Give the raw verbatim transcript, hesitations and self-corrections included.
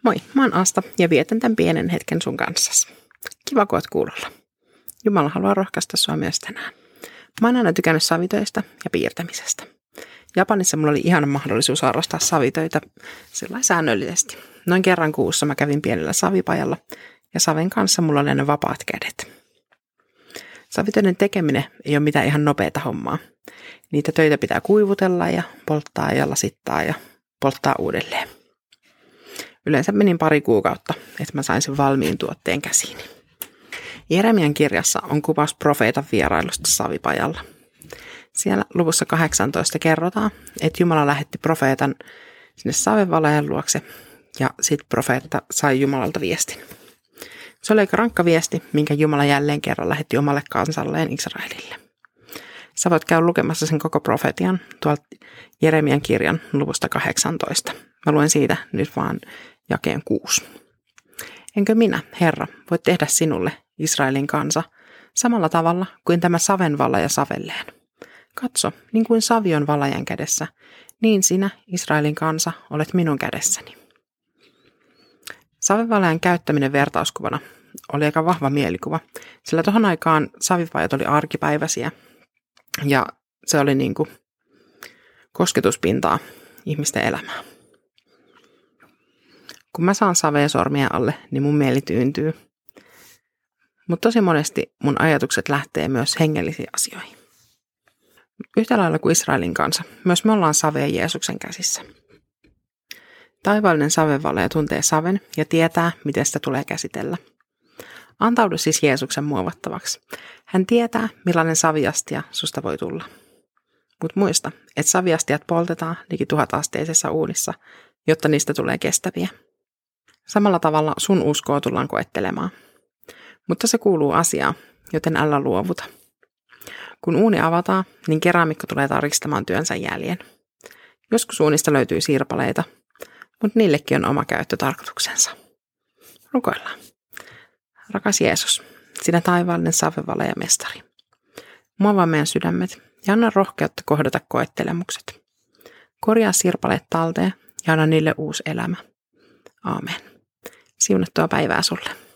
Moi, mä oon Asta ja vietän tämän pienen hetken sun kanssasi. Kiva, kun oot kuulolla. Jumala haluaa rohkaista sua myös tänään. Mä oon aina tykännyt savitöistä ja piirtämisestä. Japanissa mulla oli ihana mahdollisuus harrastaa savitöitä sillä säännöllisesti. Noin kerran kuussa mä kävin pienellä savipajalla ja saven kanssa mulla oli aina vapaat kädet. Savitöiden tekeminen ei ole mitään ihan nopeata hommaa. Niitä töitä pitää kuivutella ja polttaa ja lasittaa ja polttaa uudelleen. Yleensä menin pari kuukautta, että mä sain sen valmiin tuotteen käsiini. Jeremian kirjassa on kuvaus profeetan vierailusta savipajalla. Siellä luvussa kahdeksantoista kerrotaan, että Jumala lähetti profeetan sinne savenvalajan luokse ja sitten profeetta sai Jumalalta viestin. Se oli aika rankka viesti, minkä Jumala jälleen kerran lähetti omalle kansalleen Israelille. Sä voit käydä lukemassa sen koko profetian tuolta Jeremian kirjan luvusta kahdeksantoista. Mä luen siitä nyt vaan jakeen kuusi. Enkö minä, Herra, voi tehdä sinulle, Israelin kansa, samalla tavalla kuin tämä savenvalaja savelleen? Katso, niin kuin savi on valajan kädessä, niin sinä, Israelin kansa, olet minun kädessäni. Savenvalajan käyttäminen vertauskuvana oli aika vahva mielikuva, sillä tuohon aikaan savipajat oli arkipäiväisiä ja se oli niin kuin kosketuspintaa ihmisten elämään. Kun mä saan saveen sormien alle, niin mun mieli tyyntyy. Mutta tosi monesti mun ajatukset lähtee myös hengellisiin asioihin. Yhtä lailla kuin Israelin kanssa, myös me ollaan saveen Jeesuksen käsissä. Taivaallinen savenvalaja tuntee saven ja tietää, miten sitä tulee käsitellä. Antaudu siis Jeesuksen muovattavaksi. Hän tietää, millainen saviastia susta voi tulla. Mutta muista, että saviastiat poltetaan liki tuhatasteisessa uunissa, jotta niistä tulee kestäviä. Samalla tavalla sun uskoa tullaan koettelemaan. Mutta se kuuluu asiaan, joten älä luovuta. Kun uuni avataan, niin keramikko tulee tarkistamaan työnsä jäljen. Joskus uunista löytyy sirpaleita, mutta niillekin on oma käyttötarkoituksensa. Rukoillaan. Rakas Jeesus, sinä taivaallinen savenvalaja mestari. Muovaa meidän sydämet ja anna rohkeutta kohdata koettelemukset. Korjaa sirpaleet talteen ja anna niille uusi elämä. Aamen. Siunattua päivää sulle.